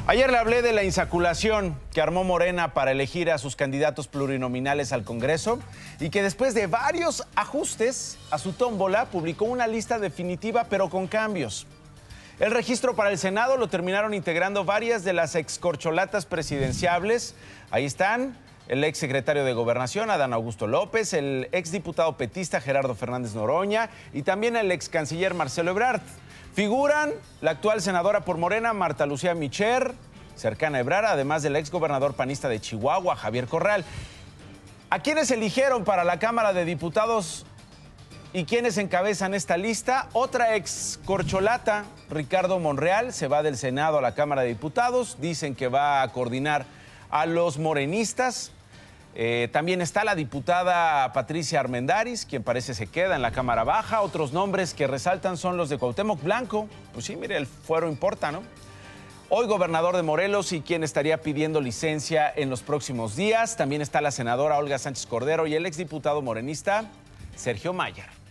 Ayer le hablé de la insaculación que armó Morena para elegir a sus candidatos plurinominales al Congreso y que después de varios ajustes a su tómbola publicó una lista definitiva pero con cambios. El registro para el Senado lo terminaron integrando varias de las excorcholatas presidenciables. Ahí están el exsecretario de Gobernación, Adán Augusto López, el exdiputado petista Gerardo Fernández Noroña y también el excanciller Marcelo Ebrard. Figuran la actual senadora por Morena, Marta Lucía Micher, cercana a Ebrard, además del exgobernador panista de Chihuahua, Javier Corral. ¿A quiénes eligieron para la Cámara de Diputados y quiénes encabezan esta lista? Otra excorcholata, Ricardo Monreal, se va del Senado a la Cámara de Diputados. Dicen que va a coordinar a los morenistas. También está la diputada Patricia Armendáriz, quien parece se queda en la Cámara Baja. Otros nombres que resaltan son los de Cuauhtémoc Blanco. Pues sí, mire, el fuero importa, ¿no? Hoy gobernador de Morelos y quien estaría pidiendo licencia en los próximos días. También está la senadora Olga Sánchez Cordero y el exdiputado morenista Sergio Mayer.